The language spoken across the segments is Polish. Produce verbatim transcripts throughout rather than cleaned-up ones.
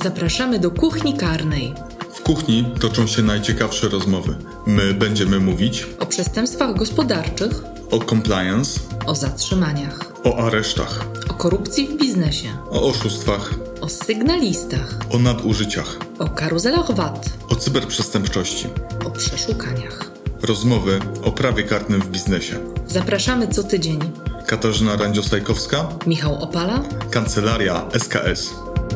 Zapraszamy do kuchni karnej. W kuchni toczą się najciekawsze rozmowy. My będziemy mówić O przestępstwach gospodarczych, o compliance, o zatrzymaniach, o aresztach, o korupcji w biznesie, o oszustwach, o sygnalistach, o nadużyciach, o karuzelach V A T, o cyberprzestępczości, o przeszukaniach. Rozmowy o prawie karnym w biznesie. Zapraszamy co tydzień. Katarzyna Randziostajkowska, Michał Opala, Kancelaria S K S.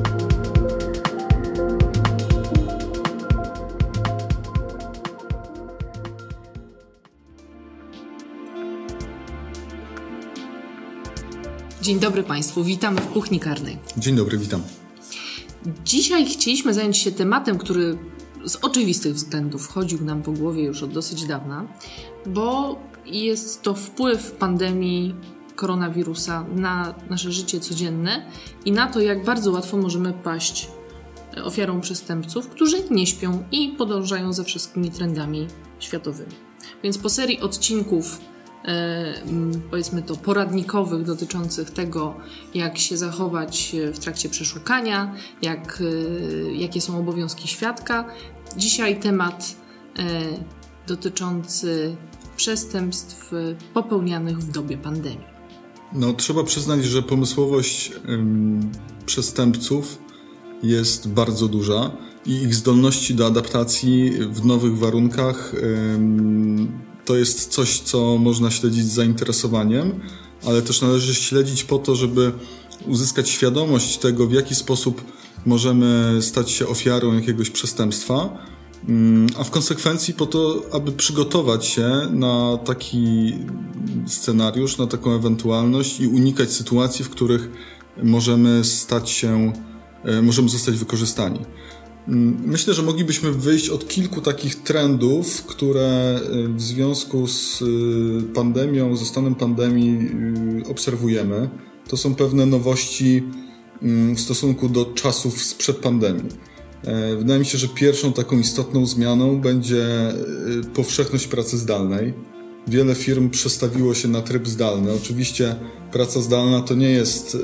Dzień dobry Państwu, witamy w kuchni karnej. Dzień dobry, witam. Dzisiaj chcieliśmy zająć się tematem, który z oczywistych względów chodził nam po głowie już od dosyć dawna, bo jest to wpływ pandemii koronawirusa na nasze życie codzienne i na to, jak bardzo łatwo możemy paść ofiarą przestępców, którzy nie śpią i podążają za wszystkimi trendami światowymi. Więc po serii odcinków powiedzmy to poradnikowych dotyczących tego, jak się zachować w trakcie przeszukania, jak, jakie są obowiązki świadka. Dzisiaj temat dotyczący przestępstw popełnianych w dobie pandemii. No, trzeba przyznać, że pomysłowość ym, przestępców jest bardzo duża i ich zdolności do adaptacji w nowych warunkach ym, to jest coś, co można śledzić z zainteresowaniem, ale też należy śledzić po to, żeby uzyskać świadomość tego, w jaki sposób możemy stać się ofiarą jakiegoś przestępstwa, a w konsekwencji po to, aby przygotować się na taki scenariusz, na taką ewentualność i unikać sytuacji, w których możemy stać się, możemy zostać wykorzystani. Myślę, że moglibyśmy wyjść od kilku takich trendów, które w związku z pandemią, ze stanem pandemii obserwujemy. To są pewne nowości w stosunku do czasów sprzed pandemii. Wydaje mi się, że pierwszą taką istotną zmianą będzie powszechność pracy zdalnej. Wiele firm przestawiło się na tryb zdalny. Oczywiście praca zdalna to nie jest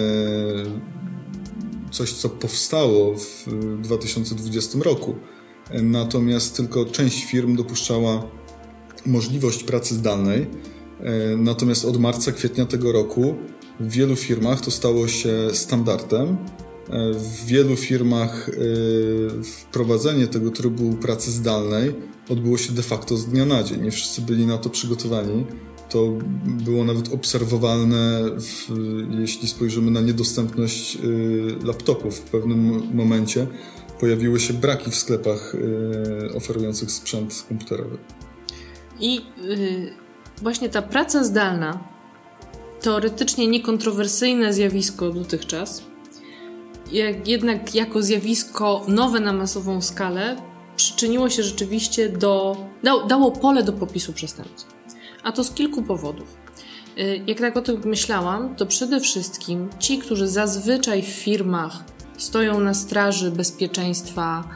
coś, co powstało w dwa tysiące dwudziestym roku. Natomiast tylko część firm dopuszczała możliwość pracy zdalnej. Natomiast od marca, kwietnia tego roku w wielu firmach to stało się standardem. W wielu firmach wprowadzenie tego trybu pracy zdalnej odbyło się de facto z dnia na dzień. Nie wszyscy byli na to przygotowani. To było nawet obserwowalne, w, jeśli spojrzymy na niedostępność y, laptopów. W pewnym momencie pojawiły się braki w sklepach y, oferujących sprzęt komputerowy. I y, właśnie ta praca zdalna, teoretycznie niekontrowersyjne zjawisko dotychczas, jak, jednak jako zjawisko nowe na masową skalę, przyczyniło się rzeczywiście do, da, dało pole do popisu przestępców. A to z kilku powodów. Jak tak o tym myślałam, to przede wszystkim ci, którzy zazwyczaj w firmach stoją na straży bezpieczeństwa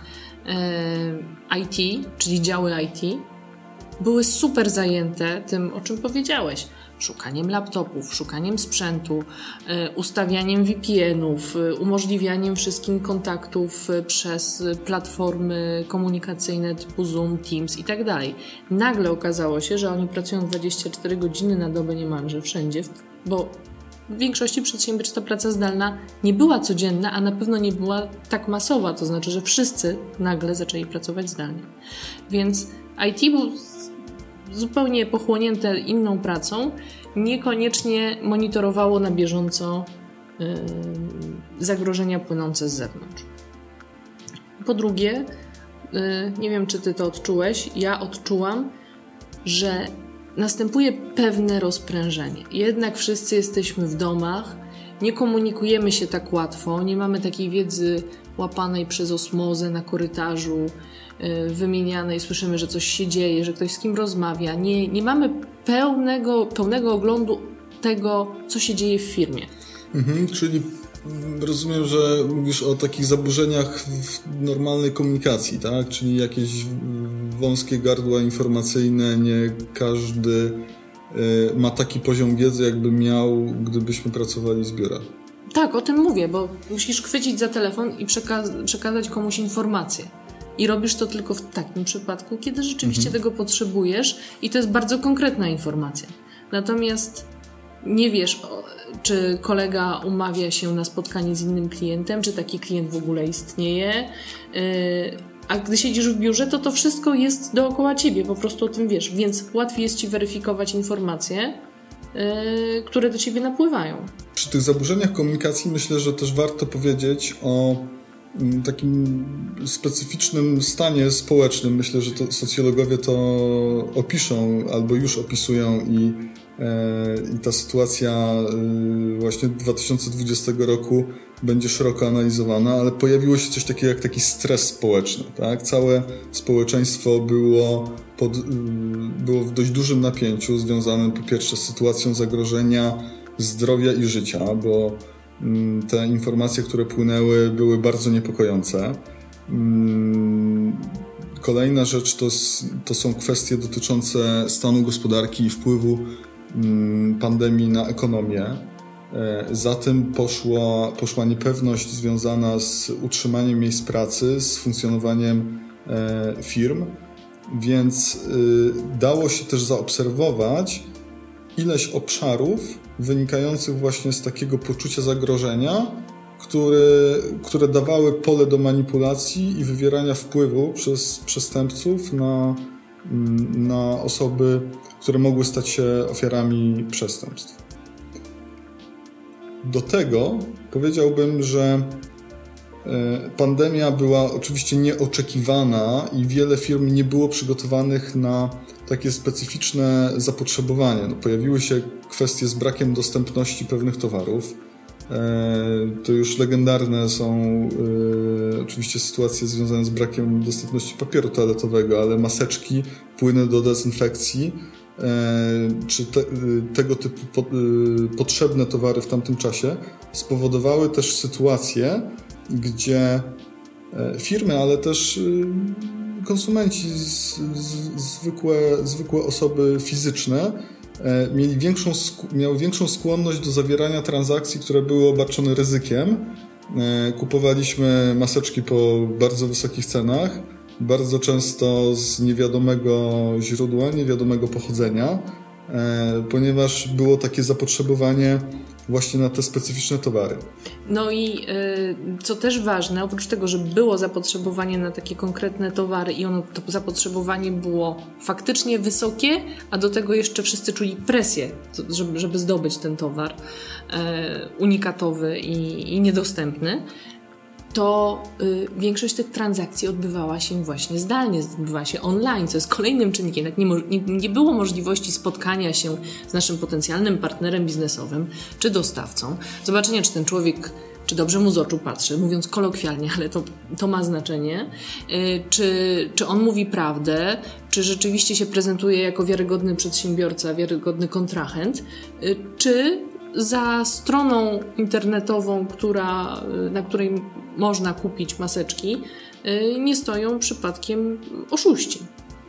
I T, czyli działy I T, były super zajęte tym, o czym powiedziałeś. Szukaniem laptopów, szukaniem sprzętu, ustawianiem V P N-ów, umożliwianiem wszystkim kontaktów przez platformy komunikacyjne typu Zoom, Teams i tak dalej. Nagle okazało się, że oni pracują dwadzieścia cztery godziny na dobę niemalże wszędzie, bo w większości przedsiębiorstw ta praca zdalna nie była codzienna, a na pewno nie była tak masowa, to znaczy, że wszyscy nagle zaczęli pracować zdalnie. Więc I T był zupełnie pochłonięte inną pracą, niekoniecznie monitorowało na bieżąco yy, zagrożenia płynące z zewnątrz. Po drugie, yy, nie wiem, czy ty to odczułeś, ja odczułam, że następuje pewne rozprężenie. Jednak wszyscy jesteśmy w domach, nie komunikujemy się tak łatwo, nie mamy takiej wiedzy łapanej przez osmozę na korytarzu, wymienianej, słyszymy, że coś się dzieje, że ktoś z kim rozmawia. Nie, nie mamy pełnego, pełnego oglądu tego, co się dzieje w firmie. Mhm, czyli rozumiem, że mówisz o takich zaburzeniach w normalnej komunikacji, tak? Czyli jakieś wąskie gardła informacyjne, nie każdy ma taki poziom wiedzy, jakby miał, gdybyśmy pracowali z biura. Tak, o tym mówię, bo musisz chwycić za telefon i przekaz- przekazać komuś informację. I robisz to tylko w takim przypadku, kiedy rzeczywiście mhm. tego potrzebujesz i to jest bardzo konkretna informacja. Natomiast nie wiesz, czy kolega umawia się na spotkanie z innym klientem, czy taki klient w ogóle istnieje. A gdy siedzisz w biurze, to to wszystko jest dookoła ciebie, po prostu o tym wiesz, więc łatwiej jest ci weryfikować informacje, które do ciebie napływają. Przy tych zaburzeniach komunikacji myślę, że też warto powiedzieć o takim specyficznym stanie społecznym. Myślę, że to socjologowie to opiszą albo już opisują i, e, i ta sytuacja e, właśnie dwa tysiące dwudziestego roku będzie szeroko analizowana, ale pojawiło się coś takiego jak taki stres społeczny. Tak? Całe społeczeństwo było, pod, było w dość dużym napięciu związanym po pierwsze z sytuacją zagrożenia zdrowia i życia, bo te informacje, które płynęły, były bardzo niepokojące. Kolejna rzecz to, to są kwestie dotyczące stanu gospodarki i wpływu pandemii na ekonomię. Za tym poszła, poszła niepewność związana z utrzymaniem miejsc pracy, z funkcjonowaniem firm, więc dało się też zaobserwować ileś obszarów wynikających właśnie z takiego poczucia zagrożenia, które, które dawały pole do manipulacji i wywierania wpływu przez przestępców na, na osoby, które mogły stać się ofiarami przestępstw. Do tego powiedziałbym, że pandemia była oczywiście nieoczekiwana i wiele firm nie było przygotowanych na takie specyficzne zapotrzebowanie. No, pojawiły się kwestie z brakiem dostępności pewnych towarów. To już legendarne są oczywiście sytuacje związane z brakiem dostępności papieru toaletowego, ale maseczki, płyny do dezynfekcji czy te, tego typu po, potrzebne towary w tamtym czasie spowodowały też sytuacje, gdzie firmy, ale też konsumenci, z, z, zwykłe, zwykłe osoby fizyczne mieli większą, miały większą skłonność do zawierania transakcji, które były obarczone ryzykiem. Kupowaliśmy maseczki po bardzo wysokich cenach, bardzo często z niewiadomego źródła, niewiadomego pochodzenia, ponieważ było takie zapotrzebowanie właśnie na te specyficzne towary. No i co też ważne, oprócz tego, że było zapotrzebowanie na takie konkretne towary i ono, to zapotrzebowanie było faktycznie wysokie, a do tego jeszcze wszyscy czuli presję, żeby, żeby zdobyć ten towar unikatowy i, i niedostępny, to y, większość tych transakcji odbywała się właśnie zdalnie, odbywała się online, co jest kolejnym czynnikiem. Tak nie, nie, nie było możliwości spotkania się z naszym potencjalnym partnerem biznesowym czy dostawcą, zobaczenia, czy ten człowiek, czy dobrze mu z oczu patrzy, mówiąc kolokwialnie, ale to, to ma znaczenie, y, czy, czy on mówi prawdę, czy rzeczywiście się prezentuje jako wiarygodny przedsiębiorca, wiarygodny kontrahent, y, czy za stroną internetową, która, na której można kupić maseczki, nie stoją przypadkiem oszuści.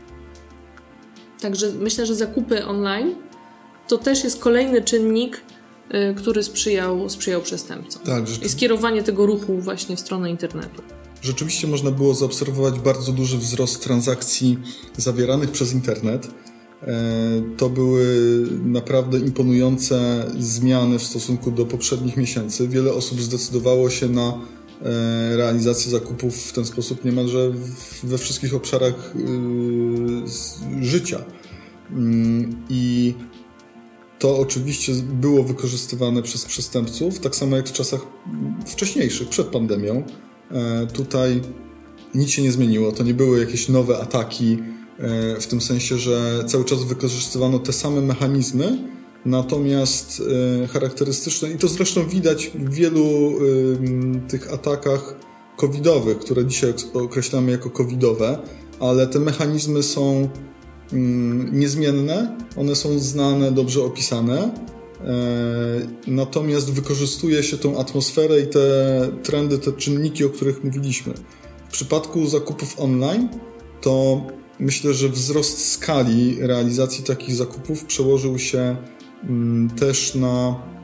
Także myślę, że zakupy online to też jest kolejny czynnik, który sprzyjał, sprzyjał przestępcom. Tak, i skierowanie tego ruchu właśnie w stronę internetu. Rzeczywiście można było zaobserwować bardzo duży wzrost transakcji zawieranych przez internet. To były naprawdę imponujące zmiany w stosunku do poprzednich miesięcy. Wiele osób zdecydowało się na realizację zakupów w ten sposób niemalże we wszystkich obszarach życia. I to oczywiście było wykorzystywane przez przestępców, tak samo jak w czasach wcześniejszych, przed pandemią. Tutaj nic się nie zmieniło. To nie były jakieś nowe ataki, w tym sensie, że cały czas wykorzystywano te same mechanizmy, natomiast charakterystyczne, i to zresztą widać w wielu tych atakach covidowych, które dzisiaj określamy jako covidowe, ale te mechanizmy są niezmienne, one są znane, dobrze opisane, natomiast wykorzystuje się tą atmosferę i te trendy, te czynniki, o których mówiliśmy. W przypadku zakupów online to myślę, że wzrost skali realizacji takich zakupów przełożył się też na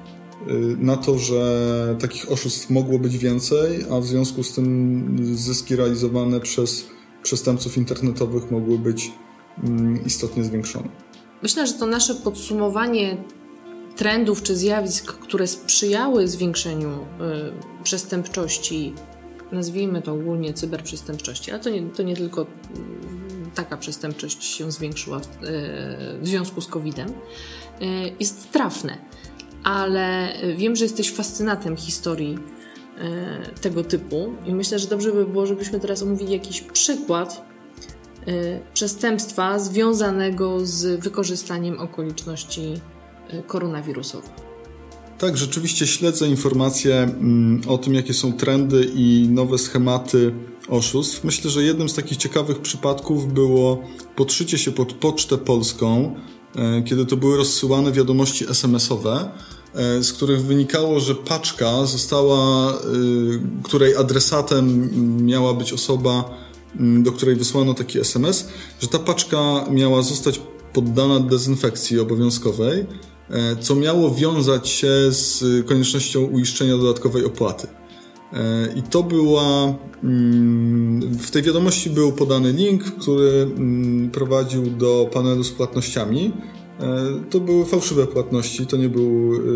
na to, że takich oszustw mogło być więcej, a w związku z tym zyski realizowane przez przestępców internetowych mogły być istotnie zwiększone. Myślę, że to nasze podsumowanie trendów czy zjawisk, które sprzyjały zwiększeniu y, przestępczości, nazwijmy to ogólnie cyberprzestępczości, ale to nie, to nie tylko y, taka przestępczość się zwiększyła w, y, w związku z kowidem, y, jest trafne. Ale wiem, że jesteś fascynatem historii y, tego typu i myślę, że dobrze by było, żebyśmy teraz omówili jakiś przykład y, przestępstwa związanego z wykorzystaniem okoliczności y, koronawirusowych. Tak, rzeczywiście śledzę informacje mm, o tym, jakie są trendy i nowe schematy oszustw. Myślę, że jednym z takich ciekawych przypadków było podszycie się pod Pocztę Polską, y, kiedy to były rozsyłane wiadomości es em esowe, z których wynikało, że paczka została, której adresatem miała być osoba, do której wysłano taki es em es, że ta paczka miała zostać poddana dezynfekcji obowiązkowej, co miało wiązać się z koniecznością uiszczenia dodatkowej opłaty. I to była, w tej wiadomości był podany link, który prowadził do panelu z płatnościami. To były fałszywe płatności, to nie był yy,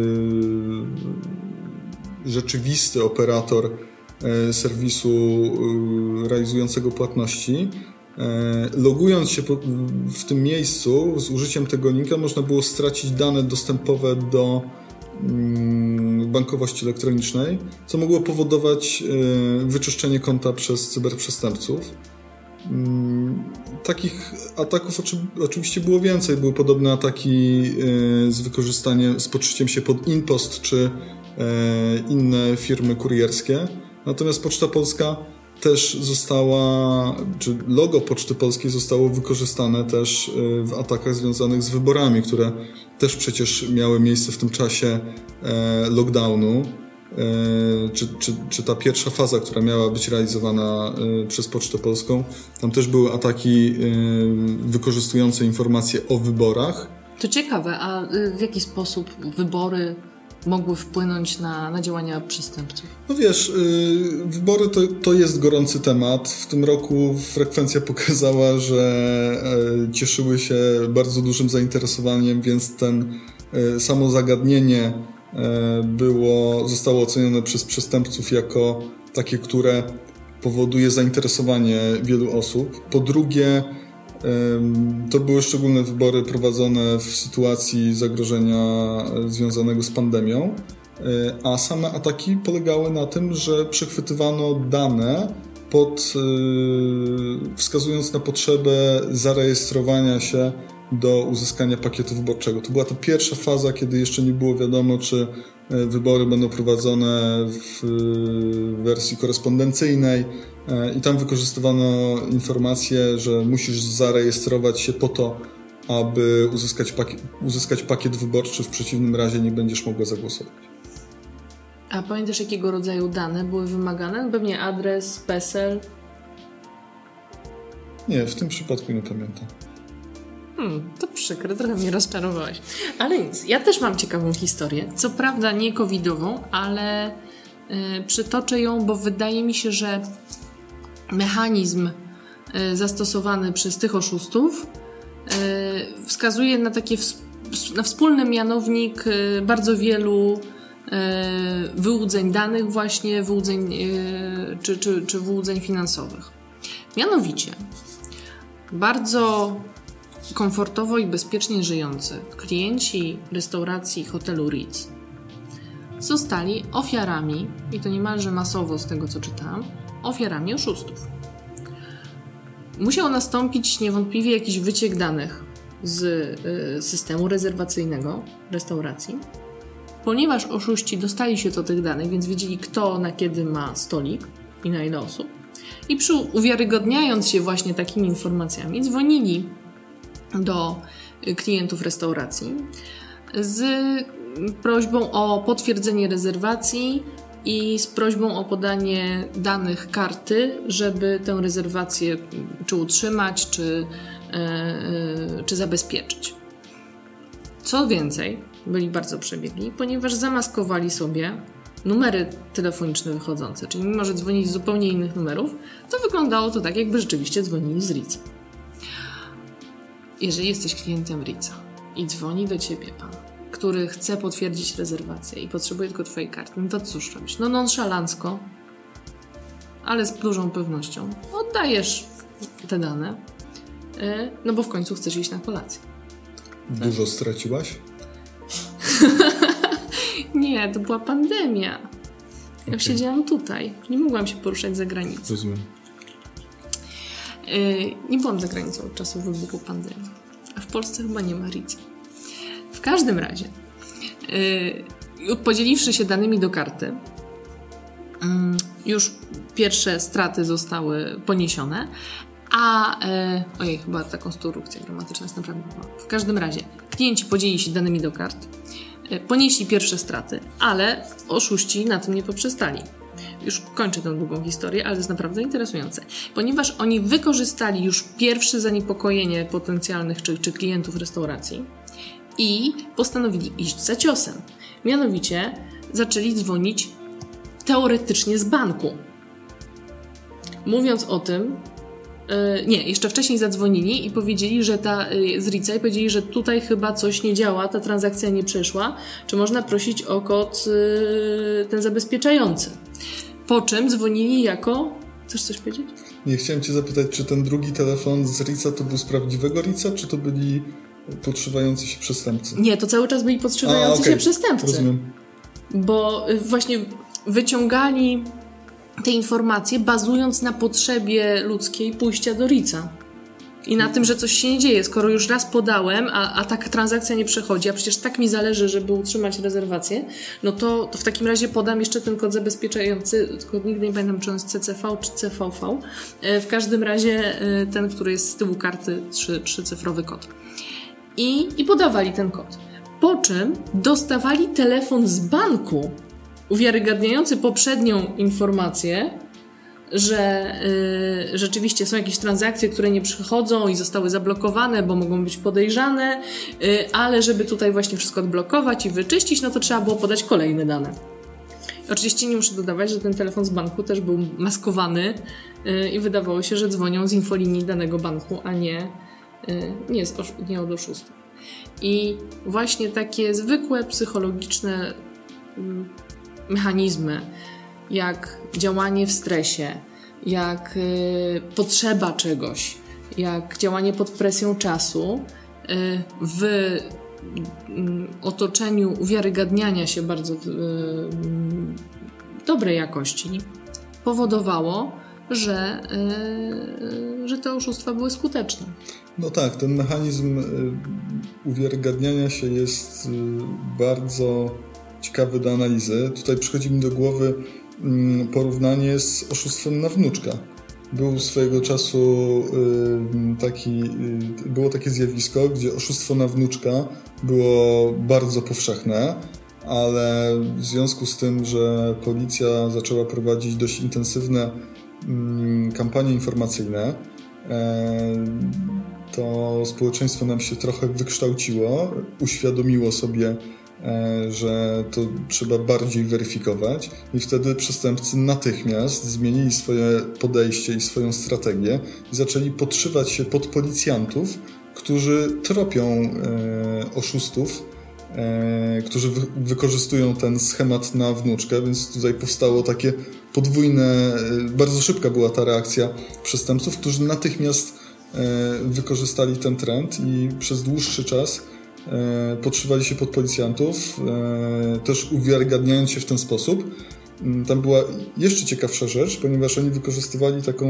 rzeczywisty operator yy, serwisu yy, realizującego płatności. Yy, logując się po, w tym miejscu z użyciem tego linka można było stracić dane dostępowe do yy, bankowości elektronicznej, co mogło powodować yy, wyczyszczenie konta przez cyberprzestępców. Takich ataków oczy, oczywiście było więcej. Były podobne ataki y, z wykorzystaniem, z podszyciem się pod InPost czy y, inne firmy kurierskie. Natomiast Poczta Polska też została, czy logo Poczty Polskiej zostało wykorzystane też y, w atakach związanych z wyborami, które też przecież miały miejsce w tym czasie y, lockdownu. Czy, czy, czy ta pierwsza faza, która miała być realizowana przez Pocztę Polską, tam też były ataki wykorzystujące informacje o wyborach. To ciekawe, a w jaki sposób wybory mogły wpłynąć na, na działania przestępców? No wiesz, wybory to, to jest gorący temat. W tym roku frekwencja pokazała, że cieszyły się bardzo dużym zainteresowaniem, więc ten samo zagadnienie było, zostało ocenione przez przestępców jako takie, które powoduje zainteresowanie wielu osób. Po drugie, to były szczególne wybory prowadzone w sytuacji zagrożenia związanego z pandemią, a same ataki polegały na tym, że przechwytywano dane pod, wskazując na potrzebę zarejestrowania się do uzyskania pakietu wyborczego. To była ta pierwsza faza, kiedy jeszcze nie było wiadomo, czy wybory będą prowadzone w wersji korespondencyjnej i tam wykorzystywano informację, że musisz zarejestrować się po to, aby uzyskać pakiet, uzyskać pakiet wyborczy, w przeciwnym razie nie będziesz mogła zagłosować. A pamiętasz, jakiego rodzaju dane były wymagane? Pewnie adres, PESEL? Nie, w tym przypadku nie pamiętam. Hmm, to przykre, trochę mnie rozczarowałeś. Ale nic, ja też mam ciekawą historię. Co prawda nie covidową, ale y, przytoczę ją, bo wydaje mi się, że mechanizm y, zastosowany przez tych oszustów y, wskazuje na takie ws- na wspólny mianownik y, bardzo wielu y, wyłudzeń danych właśnie, wyłudzeń, y, czy, czy, czy wyłudzeń finansowych. Mianowicie bardzo komfortowo i bezpiecznie żyjący klienci restauracji hotelu Ritz zostali ofiarami, i to niemalże masowo z tego co czytałam, ofiarami oszustów. Musiał nastąpić niewątpliwie jakiś wyciek danych z y, systemu rezerwacyjnego restauracji, ponieważ oszuści dostali się do tych danych, więc wiedzieli, kto na kiedy ma stolik i na ile osób, i przy, uwiarygodniając się właśnie takimi informacjami, dzwonili do klientów restauracji z prośbą o potwierdzenie rezerwacji i z prośbą o podanie danych karty, żeby tę rezerwację czy utrzymać, czy, yy, czy zabezpieczyć. Co więcej, byli bardzo przebiegli, ponieważ zamaskowali sobie numery telefoniczne wychodzące, czyli mimo, że dzwonili z zupełnie innych numerów, to wyglądało to tak, jakby rzeczywiście dzwonili z Ritza. Jeżeli jesteś klientem Ritza i dzwoni do ciebie pan, który chce potwierdzić rezerwację i potrzebuje tylko twojej karty, no to cóż robisz? No nonszalancko, ale z dużą pewnością oddajesz te dane, no bo w końcu chcesz iść na kolację. Dużo tak? straciłaś? Nie, to była pandemia. Ja okay. siedziałam tutaj. Nie mogłam się poruszać za granicą. Rozumiem. Yy, nie byłam za granicą od czasu wybuchu pandemii. A w Polsce chyba nie ma Ritza. W każdym razie, yy, podzieliwszy się danymi do karty, yy, już pierwsze straty zostały poniesione, a... Yy, ojej, chyba ta konstrukcja gramatyczna jest naprawdę... W każdym razie, klienci podzielili się danymi do kart, ponieśli pierwsze straty, ale oszuści na tym nie poprzestali. Już kończę tę długą historię, ale to jest naprawdę interesujące. Ponieważ oni wykorzystali już pierwsze zaniepokojenie potencjalnych czy, czy klientów restauracji i postanowili iść za ciosem. Mianowicie zaczęli dzwonić teoretycznie z banku. Mówiąc o tym, Yy, nie, jeszcze wcześniej zadzwonili i powiedzieli, że ta yy, z Ritza i powiedzieli, że tutaj chyba coś nie działa, ta transakcja nie przeszła, czy można prosić o kod yy, ten zabezpieczający. Po czym dzwonili jako... Chcesz coś powiedzieć? Nie, chciałem cię zapytać, czy ten drugi telefon z Ritza to był z prawdziwego Ritza, czy to byli podszywający się przestępcy? Nie, to cały czas byli podszywający A, okay. się przestępcy. Rozumiem. Bo yy, właśnie wyciągali te informacje bazując na potrzebie ludzkiej pójścia do Ritza. I na tym, że coś się nie dzieje. Skoro już raz podałem, a, a taka transakcja nie przechodzi, a przecież tak mi zależy, żeby utrzymać rezerwację, no to, to w takim razie podam jeszcze ten kod zabezpieczający, tylko nigdy nie pamiętam, czy on jest C C V czy C V V. W każdym razie ten, który jest z tyłu karty, trzy, trzycyfrowy kod. I, I podawali ten kod. Po czym dostawali telefon z banku, uwiarygadniający poprzednią informację, że y, rzeczywiście są jakieś transakcje, które nie przychodzą i zostały zablokowane, bo mogą być podejrzane, y, ale żeby tutaj właśnie wszystko odblokować i wyczyścić, no to trzeba było podać kolejne dane. Oczywiście nie muszę dodawać, że ten telefon z banku też był maskowany y, i wydawało się, że dzwonią z infolinii danego banku, a nie, y, nie, z, nie od oszustwa. I właśnie takie zwykłe psychologiczne y, mechanizmy, jak działanie w stresie, jak y, potrzeba czegoś, jak działanie pod presją czasu y, w y, otoczeniu uwiarygadniania się bardzo y, y, dobrej jakości powodowało, że, y, że te oszustwa były skuteczne. No tak, ten mechanizm y, uwiarygadniania się jest y, bardzo ciekawy do analizy. Tutaj przychodzi mi do głowy mm, porównanie z oszustwem na wnuczka. Był swojego czasu y, taki, y, było takie zjawisko, gdzie oszustwo na wnuczka było bardzo powszechne, ale w związku z tym, że policja zaczęła prowadzić dość intensywne y, kampanie informacyjne, y, to społeczeństwo nam się trochę wykształciło, uświadomiło sobie, że to trzeba bardziej weryfikować i wtedy przestępcy natychmiast zmienili swoje podejście i swoją strategię i zaczęli podszywać się pod policjantów, którzy tropią e, oszustów, e, którzy wy, wykorzystują ten schemat na wnuczkę, więc tutaj powstało takie podwójne, bardzo szybka była ta reakcja przestępców, którzy natychmiast e, wykorzystali ten trend i przez dłuższy czas E, podszywali się pod policjantów, e, też uwiarygadniając się w ten sposób. E, tam była jeszcze ciekawsza rzecz, ponieważ oni wykorzystywali taką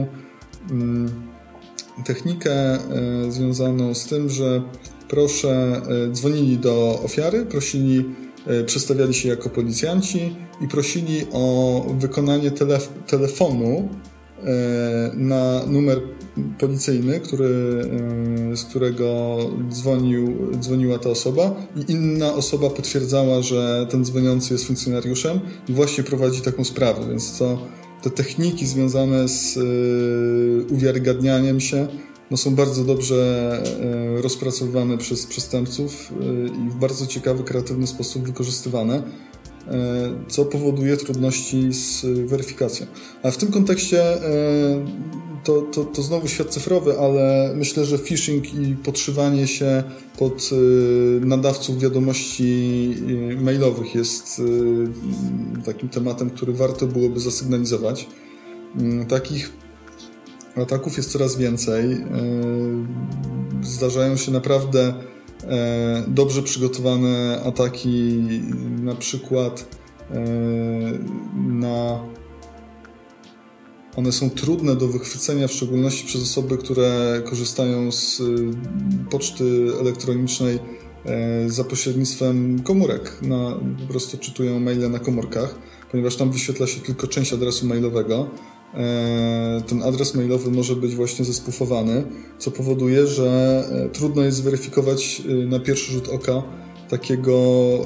e, technikę e, związaną z tym, że proszę, e, dzwonili do ofiary, prosili, e, przedstawiali się jako policjanci i prosili o wykonanie telef- telefonu e, na numer policyjny, który, z którego dzwonił, dzwoniła ta osoba i inna osoba potwierdzała, że ten dzwoniący jest funkcjonariuszem i właśnie prowadzi taką sprawę, więc to, te techniki związane z y, uwiarygadnianiem się no, są bardzo dobrze rozpracowywane przez przestępców i w bardzo ciekawy, kreatywny sposób wykorzystywane, co powoduje trudności z weryfikacją. A w tym kontekście to, to, to znowu świat cyfrowy, ale myślę, że phishing i podszywanie się pod nadawców wiadomości mailowych jest takim tematem, który warto byłoby zasygnalizować. Takich ataków jest coraz więcej. Zdarzają się naprawdę dobrze przygotowane ataki, na przykład na... One są trudne do wychwycenia, w szczególności przez osoby, które korzystają z poczty elektronicznej za pośrednictwem komórek. Na, po prostu czytują maile na komórkach, ponieważ tam wyświetla się tylko część adresu mailowego. Ten adres mailowy może być właśnie zespufowany, co powoduje, że trudno jest zweryfikować na pierwszy rzut oka takiego,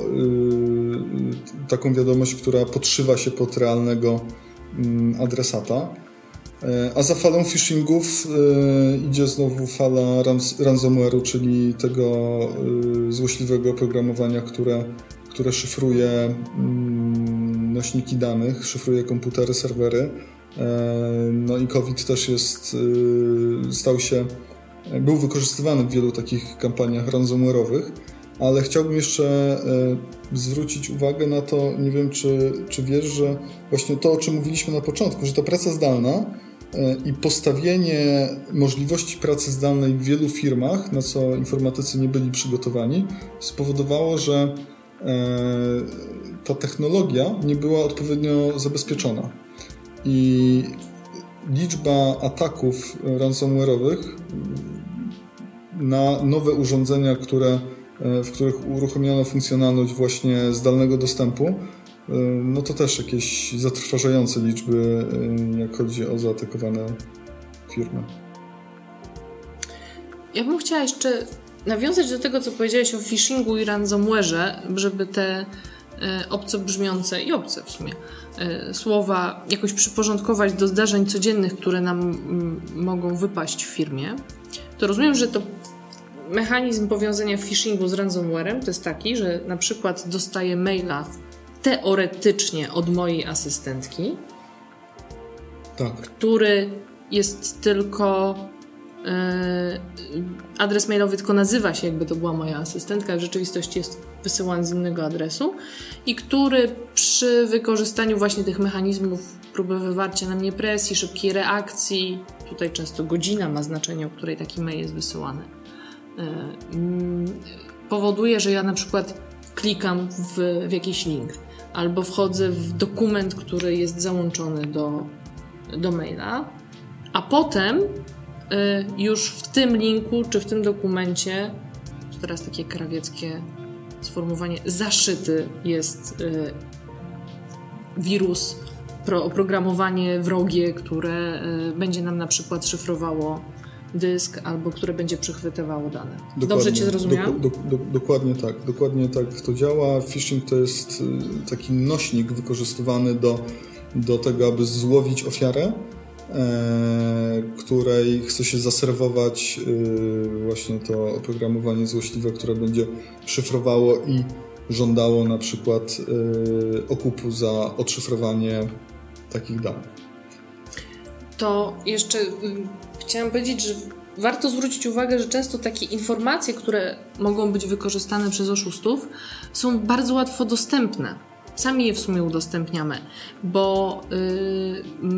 taką wiadomość, która podszywa się pod realnego adresata. A za falą phishingów idzie znowu fala ransomware'u, czyli tego złośliwego oprogramowania, które, które szyfruje nośniki danych, szyfruje komputery, serwery. No i COVID też jest, stał się, był wykorzystywany w wielu takich kampaniach ransomware'owych, ale chciałbym jeszcze zwrócić uwagę na to, nie wiem czy, czy wiesz, że właśnie to, o czym mówiliśmy na początku, że ta praca zdalna i postawienie możliwości pracy zdalnej w wielu firmach, na co informatycy nie byli przygotowani, spowodowało, że ta technologia nie była odpowiednio zabezpieczona. I liczba ataków ransomware'owych na nowe urządzenia, które, w których uruchomiono funkcjonalność właśnie zdalnego dostępu, no to też jakieś zatrważające liczby, jak chodzi o zaatakowane firmy. Ja bym chciała jeszcze nawiązać do tego, co powiedziałeś o phishingu i ransomware'ze, żeby te obce brzmiące i obce w sumie słowa jakoś przyporządkować do zdarzeń codziennych, które nam m, mogą wypaść w firmie, to rozumiem, że to mechanizm powiązania phishingu z ransomwarem to jest taki, że na przykład dostaję maila teoretycznie od mojej asystentki, tak. który jest tylko yy, adres mailowy tylko nazywa się, jakby to była moja asystentka, w rzeczywistości jest wysyłany z innego adresu i który przy wykorzystaniu właśnie tych mechanizmów próby wywarcia na mnie presji, szybkiej reakcji, tutaj często godzina ma znaczenie, o której taki mail jest wysyłany, yy, powoduje, że ja na przykład klikam w, w jakiś link albo wchodzę w dokument, który jest załączony do, do maila, a potem y, już w tym linku czy w tym dokumencie, to teraz takie krawieckie sformułowanie, zaszyty jest y, wirus, pro, oprogramowanie wrogie, które y, będzie nam na przykład szyfrowało dysk albo które będzie przechwytywało dane. Dokładnie, Dobrze Cię zrozumiałam? Do, do, do, dokładnie tak. Dokładnie tak to działa. Phishing to jest taki nośnik wykorzystywany do, do tego, aby złowić ofiarę, e, której chce się zaserwować e, właśnie to oprogramowanie złośliwe, które będzie szyfrowało i żądało na przykład e, okupu za odszyfrowanie takich danych. To jeszcze chciałam powiedzieć, że warto zwrócić uwagę, że często takie informacje, które mogą być wykorzystane przez oszustów, są bardzo łatwo dostępne. Sami je w sumie udostępniamy, bo yy,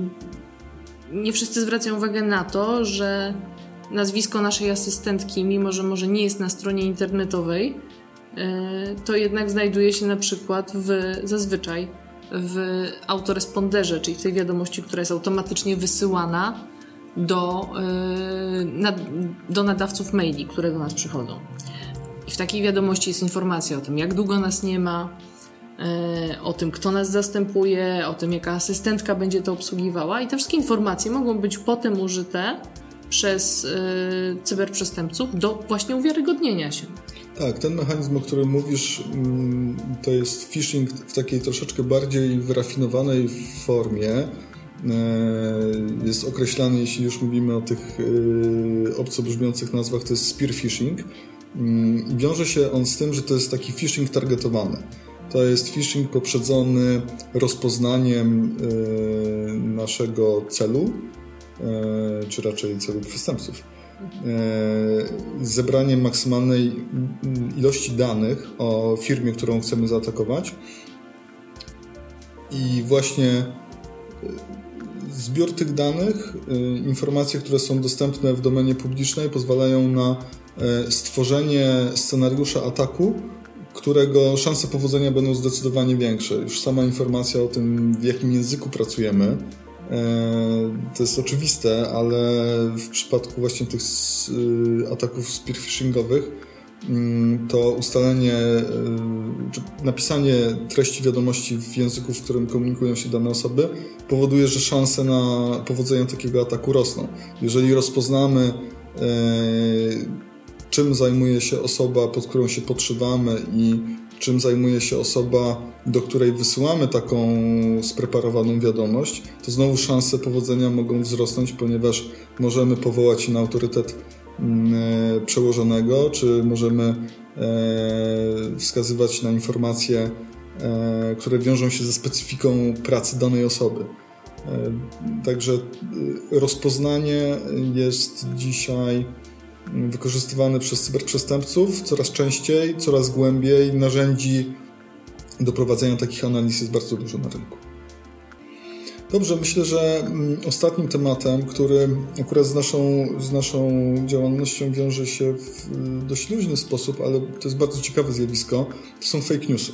yy, nie wszyscy zwracają uwagę na to, że nazwisko naszej asystentki, mimo że może nie jest na stronie internetowej, yy, to jednak znajduje się na przykład w, zazwyczaj w autoresponderze, czyli w tej wiadomości, która jest automatycznie wysyłana do, yy, nad, do nadawców maili, które do nas przychodzą. I w takiej wiadomości jest informacja o tym, jak długo nas nie ma, yy, o tym, kto nas zastępuje, o tym, jaka asystentka będzie to obsługiwała i te wszystkie informacje mogą być potem użyte przez yy, cyberprzestępców do właśnie uwiarygodnienia się. Tak, ten mechanizm, o którym mówisz, to jest phishing w takiej troszeczkę bardziej wyrafinowanej formie. jest określany, jeśli już mówimy o tych obco brzmiących nazwach, to jest spear phishing. I wiąże się on z tym, że to jest taki phishing targetowany. To jest phishing poprzedzony rozpoznaniem naszego celu, czy raczej celu przestępców. Zebraniem maksymalnej ilości danych o firmie, którą chcemy zaatakować. I właśnie zbiór tych danych, informacje, które są dostępne w domenie publicznej, pozwalają na stworzenie scenariusza ataku, którego szanse powodzenia będą zdecydowanie większe. Już sama informacja o tym, w jakim języku pracujemy, to jest oczywiste, ale w przypadku właśnie tych ataków spearphishingowych to ustalenie, czy napisanie treści wiadomości w języku, w którym komunikują się dane osoby, powoduje, że szanse na powodzenie takiego ataku rosną. Jeżeli rozpoznamy, czym zajmuje się osoba, pod którą się podszywamy i czym zajmuje się osoba, do której wysyłamy taką spreparowaną wiadomość, to znowu szanse powodzenia mogą wzrosnąć, ponieważ możemy powołać się na autorytet przełożonego, czy możemy wskazywać na informacje, które wiążą się ze specyfiką pracy danej osoby. Także rozpoznanie jest dzisiaj wykorzystywane przez cyberprzestępców coraz częściej, coraz głębiej. Narzędzi do prowadzenia takich analiz jest bardzo dużo na rynku. Dobrze, myślę, że ostatnim tematem, który akurat z naszą, z naszą działalnością wiąże się w dość luźny sposób, ale to jest bardzo ciekawe zjawisko, to są fake newsy.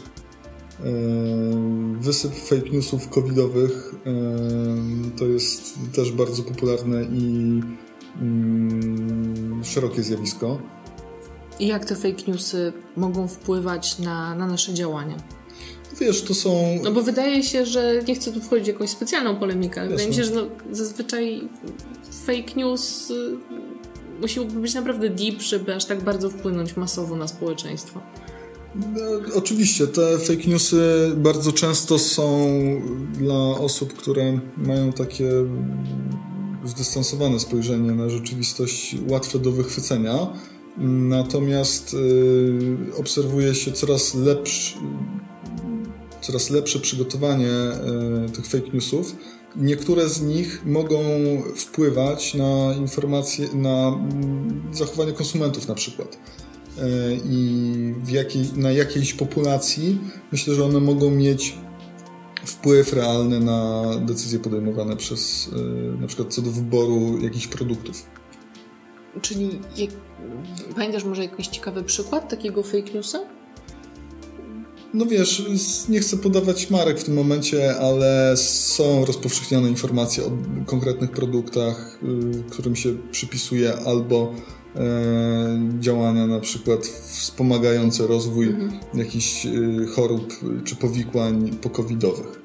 Wysyp fake newsów covidowych to jest też bardzo popularne i szerokie zjawisko. I jak te fake newsy mogą wpływać na, na nasze działania? Wiesz, to są... No bo wydaje się, że nie chcę tu wchodzić w jakąś specjalną polemikę, ale wydaje mi się, że no, zazwyczaj fake news y, musiałby być naprawdę deep, żeby aż tak bardzo wpłynąć masowo na społeczeństwo. No, oczywiście, te fake newsy bardzo często są dla osób, które mają takie zdystansowane spojrzenie na rzeczywistość łatwe do wychwycenia. Natomiast y, obserwuje się coraz lepszy, coraz lepsze przygotowanie y, tych fake newsów. Niektóre z nich mogą wpływać na informacje, na y, zachowanie konsumentów na przykład. Y, I w jakiej, na jakiejś populacji myślę, że one mogą mieć wpływ realny na decyzje podejmowane przez y, na przykład co do wyboru jakichś produktów. Czyli jak, pamiętasz może jakiś ciekawy przykład takiego fake newsa? No wiesz, nie chcę podawać marek w tym momencie, ale są rozpowszechniane informacje o konkretnych produktach, y, którym się przypisuje albo y, działania na przykład wspomagające rozwój mhm. jakichś y, chorób czy powikłań pokowidowych.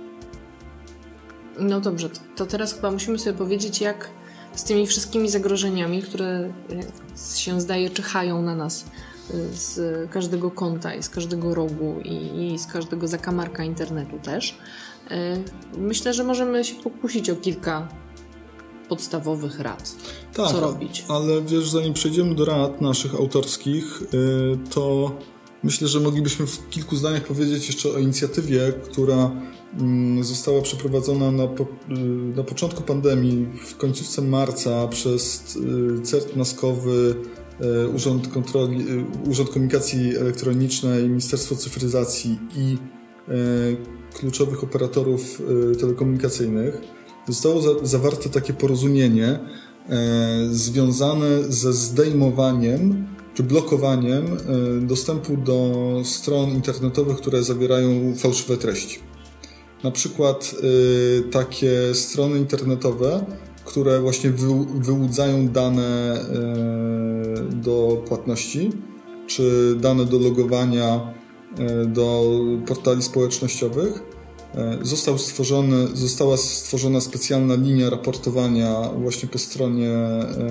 No dobrze, to teraz chyba musimy sobie powiedzieć, jak z tymi wszystkimi zagrożeniami, które się zdaje czyhają na nas z każdego kąta i z każdego rogu i, i z każdego zakamarka internetu też. Myślę, że możemy się pokusić o kilka podstawowych rad. Tak, co robić. Ale wiesz, zanim przejdziemy do rad naszych autorskich, to myślę, że moglibyśmy w kilku zdaniach powiedzieć jeszcze o inicjatywie, która została przeprowadzona na, po, na początku pandemii, w końcówce marca przez C E R T Naskowy, Urząd Kontroli, Urząd Komunikacji Elektronicznej, Ministerstwo Cyfryzacji i kluczowych operatorów telekomunikacyjnych. Zostało za, zawarte takie porozumienie związane ze zdejmowaniem czy blokowaniem dostępu do stron internetowych, które zawierają fałszywe treści. Na przykład y, takie strony internetowe, które właśnie wy, wyłudzają dane y, do płatności, czy dane do logowania y, do portali społecznościowych. Y, został stworzony, została stworzona specjalna linia raportowania właśnie po stronie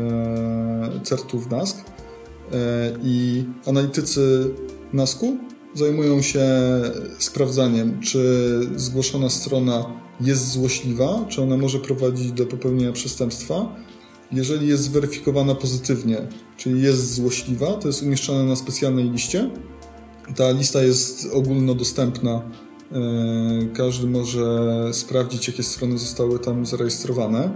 y, C E R T-u w Nask. I analitycy Nasku zajmują się sprawdzaniem, czy zgłoszona strona jest złośliwa, czy ona może prowadzić do popełnienia przestępstwa. Jeżeli jest zweryfikowana pozytywnie, czyli jest złośliwa, to jest umieszczana na specjalnej liście. Ta lista jest ogólnodostępna. Każdy może sprawdzić, jakie strony zostały tam zarejestrowane.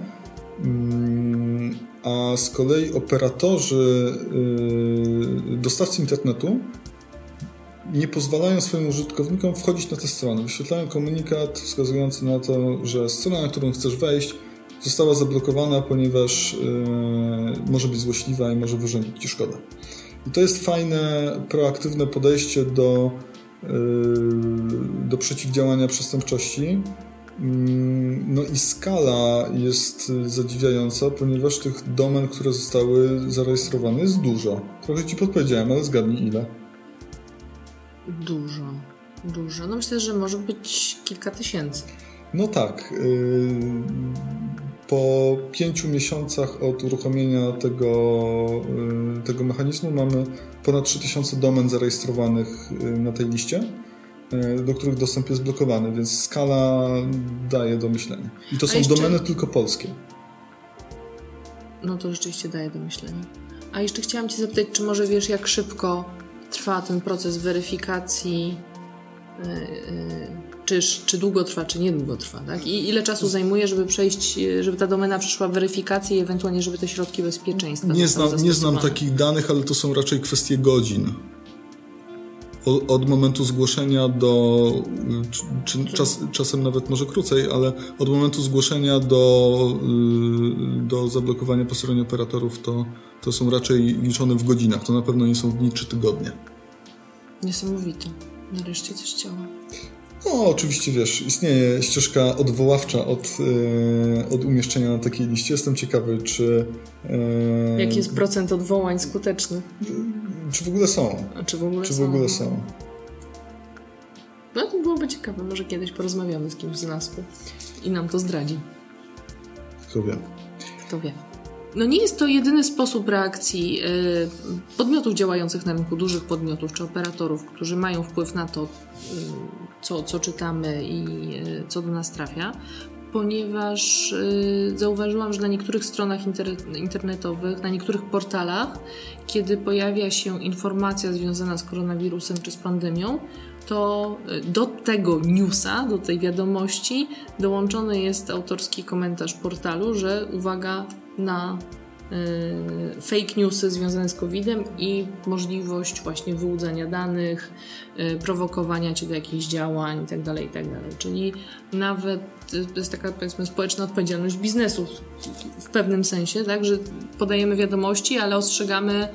A z kolei operatorzy, dostawcy internetu nie pozwalają swoim użytkownikom wchodzić na te strony. Wyświetlają komunikat wskazujący na to, że strona, na którą chcesz wejść, została zablokowana, ponieważ yy, może być złośliwa i może wyrządzić ci szkodę. I to jest fajne, proaktywne podejście do, yy, do przeciwdziałania przestępczości. Yy, no i skala jest zadziwiająca, ponieważ tych domen, które zostały zarejestrowane, jest dużo. Trochę ci podpowiedziałem, ale zgadnij ile. Dużo, dużo. No myślę, że może być kilka tysięcy. No tak. Po pięciu miesiącach od uruchomienia tego, tego mechanizmu mamy ponad trzy tysiące domen zarejestrowanych na tej liście, do których dostęp jest blokowany, więc skala daje do myślenia. I to są jeszcze... domeny tylko polskie. No to rzeczywiście daje do myślenia. A jeszcze chciałam cię zapytać, czy może wiesz, jak szybko trwa ten proces weryfikacji, yy, yy, czy, czy długo trwa, czy niedługo trwa, tak? I ile czasu zajmuje, żeby przejść, żeby ta domena przeszła weryfikację i ewentualnie, żeby te środki bezpieczeństwa nie znam, nie znam takich danych, ale to są raczej kwestie godzin. O, od momentu zgłoszenia do, czy, czy czas, czasem nawet może krócej, ale od momentu zgłoszenia do, do zablokowania po stronie operatorów to, to są raczej liczone w godzinach. To na pewno nie są dni czy tygodnie. Niesamowite. Nareszcie coś działa. No, oczywiście, wiesz, istnieje ścieżka odwoławcza od, yy, od umieszczenia na takiej liście. Jestem ciekawy, czy... Yy, Jaki jest procent odwołań skuteczny? Yy, czy w ogóle są? A czy w ogóle czy są? W ogóle są? No to byłoby ciekawe. Może kiedyś porozmawiamy z kimś z nas i nam to zdradzi. Kto wie. Kto wie. No nie jest to jedyny sposób reakcji yy, podmiotów działających na rynku, dużych podmiotów czy operatorów, którzy mają wpływ na to, yy, co, co czytamy i yy, co do nas trafia, ponieważ yy, zauważyłam, że na niektórych stronach inter- internetowych, na niektórych portalach, kiedy pojawia się informacja związana z koronawirusem czy z pandemią, to do tego newsa, do tej wiadomości dołączony jest autorski komentarz portalu, że uwaga na y, fake newsy związane z kowidem i możliwość właśnie wyłudzania danych, y, prowokowania cię do jakichś działań itd., itd. Czyli nawet to jest taka, powiedzmy, społeczna odpowiedzialność biznesu w, w pewnym sensie, tak, że podajemy wiadomości, ale ostrzegamy,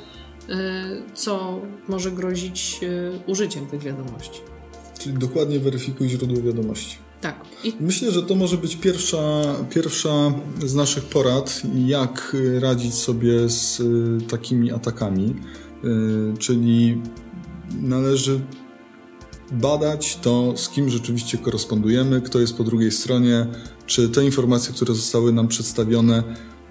co może grozić użyciem tych wiadomości. Czyli dokładnie weryfikuj źródło wiadomości. Tak. I... Myślę, że to może być pierwsza, pierwsza z naszych porad, jak radzić sobie z takimi atakami. Czyli należy badać to, z kim rzeczywiście korespondujemy, kto jest po drugiej stronie, czy te informacje, które zostały nam przedstawione,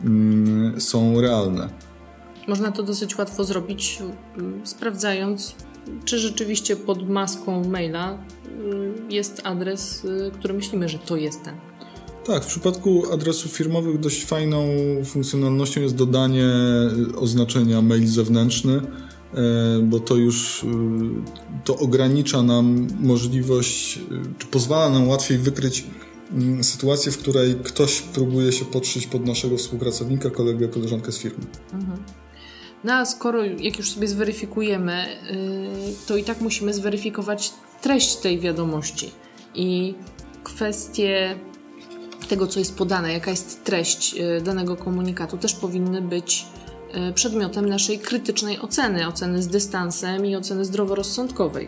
są realne. Można to dosyć łatwo zrobić, sprawdzając, czy rzeczywiście pod maską maila jest adres, który myślimy, że to jest ten. Tak, w przypadku adresów firmowych dość fajną funkcjonalnością jest dodanie oznaczenia mail zewnętrzny, bo to już to ogranicza nam możliwość, czy pozwala nam łatwiej wykryć sytuację, w której ktoś próbuje się podszyć pod naszego współpracownika, kolegę, koleżankę z firmy. Mhm. No a skoro, jak już sobie zweryfikujemy, to i tak musimy zweryfikować treść tej wiadomości i kwestie tego, co jest podane, jaka jest treść danego komunikatu, też powinny być przedmiotem naszej krytycznej oceny, oceny z dystansem i oceny zdroworozsądkowej.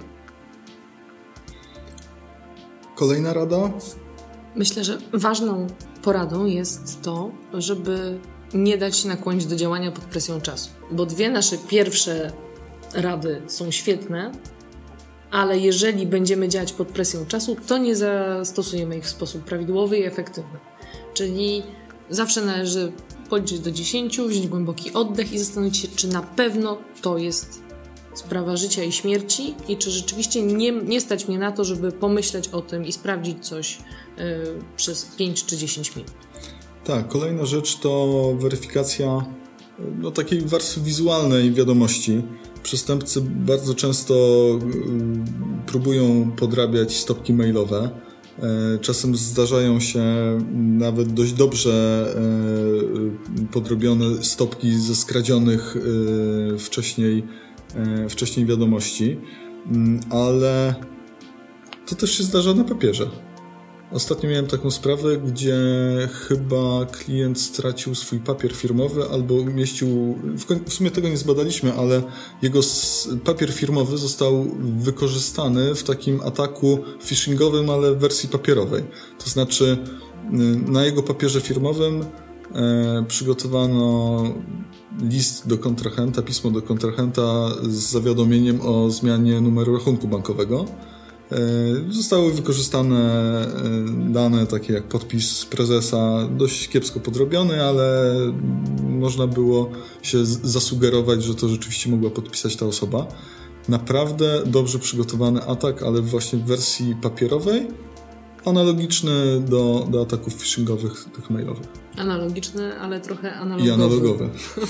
Kolejna rada? Myślę, że ważną poradą jest to, żeby nie dać się nakłonić do działania pod presją czasu. Bo dwie nasze pierwsze rady są świetne, ale jeżeli będziemy działać pod presją czasu, to nie zastosujemy ich w sposób prawidłowy i efektywny. Czyli zawsze należy policzyć do dziesięciu, wziąć głęboki oddech i zastanowić się, czy na pewno to jest sprawa życia i śmierci i czy rzeczywiście nie, nie stać mnie na to, żeby pomyśleć o tym i sprawdzić coś yy, przez pięć czy dziesięć minut. Tak, kolejna rzecz to weryfikacja no, takiej warstwy wizualnej wiadomości. Przestępcy bardzo często y, próbują podrabiać stopki mailowe. Y, czasem zdarzają się nawet dość dobrze y, podrobione stopki ze skradzionych y, wcześniej, y, wcześniej wiadomości, y, ale to też się zdarza na papierze. Ostatnio miałem taką sprawę, gdzie chyba klient stracił swój papier firmowy albo umieścił, w sumie tego nie zbadaliśmy, ale jego papier firmowy został wykorzystany w takim ataku phishingowym, ale w wersji papierowej. To znaczy na jego papierze firmowym e, przygotowano list do kontrahenta, pismo do kontrahenta z zawiadomieniem o zmianie numeru rachunku bankowego. Zostały wykorzystane dane takie jak podpis prezesa, dość kiepsko podrobiony, ale można było się zasugerować, że to rzeczywiście mogła podpisać ta osoba. Naprawdę dobrze przygotowany atak, ale właśnie w wersji papierowej, analogiczny do, do ataków phishingowych, tych mailowych. Analogiczny, ale trochę analogowy. I analogowy.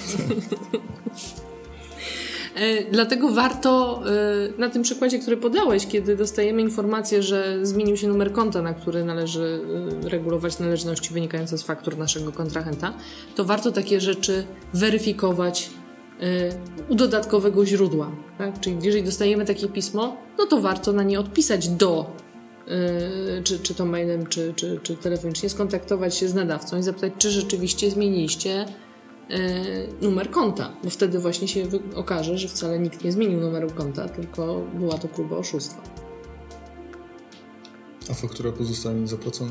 Dlatego warto na tym przykładzie, który podałeś, kiedy dostajemy informację, że zmienił się numer konta, na który należy regulować należności wynikające z faktur naszego kontrahenta, to warto takie rzeczy weryfikować u dodatkowego źródła. Tak? Czyli jeżeli dostajemy takie pismo, no to warto na nie odpisać do, czy, czy to mailem, czy, czy, czy telefonicznie, skontaktować się z nadawcą i zapytać, czy rzeczywiście zmieniliście numer konta, bo wtedy właśnie się okaże, że wcale nikt nie zmienił numeru konta, tylko była to próba oszustwa. A faktura pozostanie niezapłacona.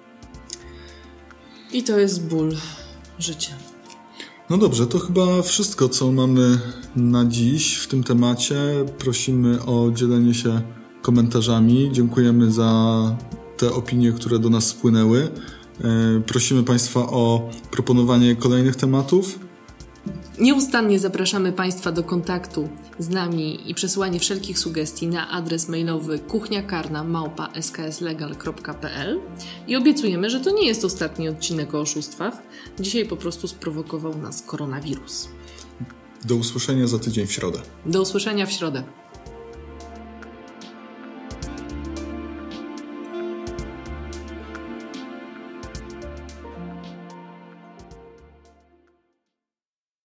I to jest ból życia. No dobrze, to chyba wszystko, co mamy na dziś w tym temacie. Prosimy o dzielenie się komentarzami. Dziękujemy za te opinie, które do nas spłynęły. Prosimy Państwa o proponowanie kolejnych tematów. Nieustannie zapraszamy Państwa do kontaktu z nami i przesyłanie wszelkich sugestii na adres mailowy kuchniakarna małpa s k s legal kropka p l i obiecujemy, że to nie jest ostatni odcinek o oszustwach. Dzisiaj po prostu sprowokował nas koronawirus. Do usłyszenia za tydzień w środę. Do usłyszenia w środę.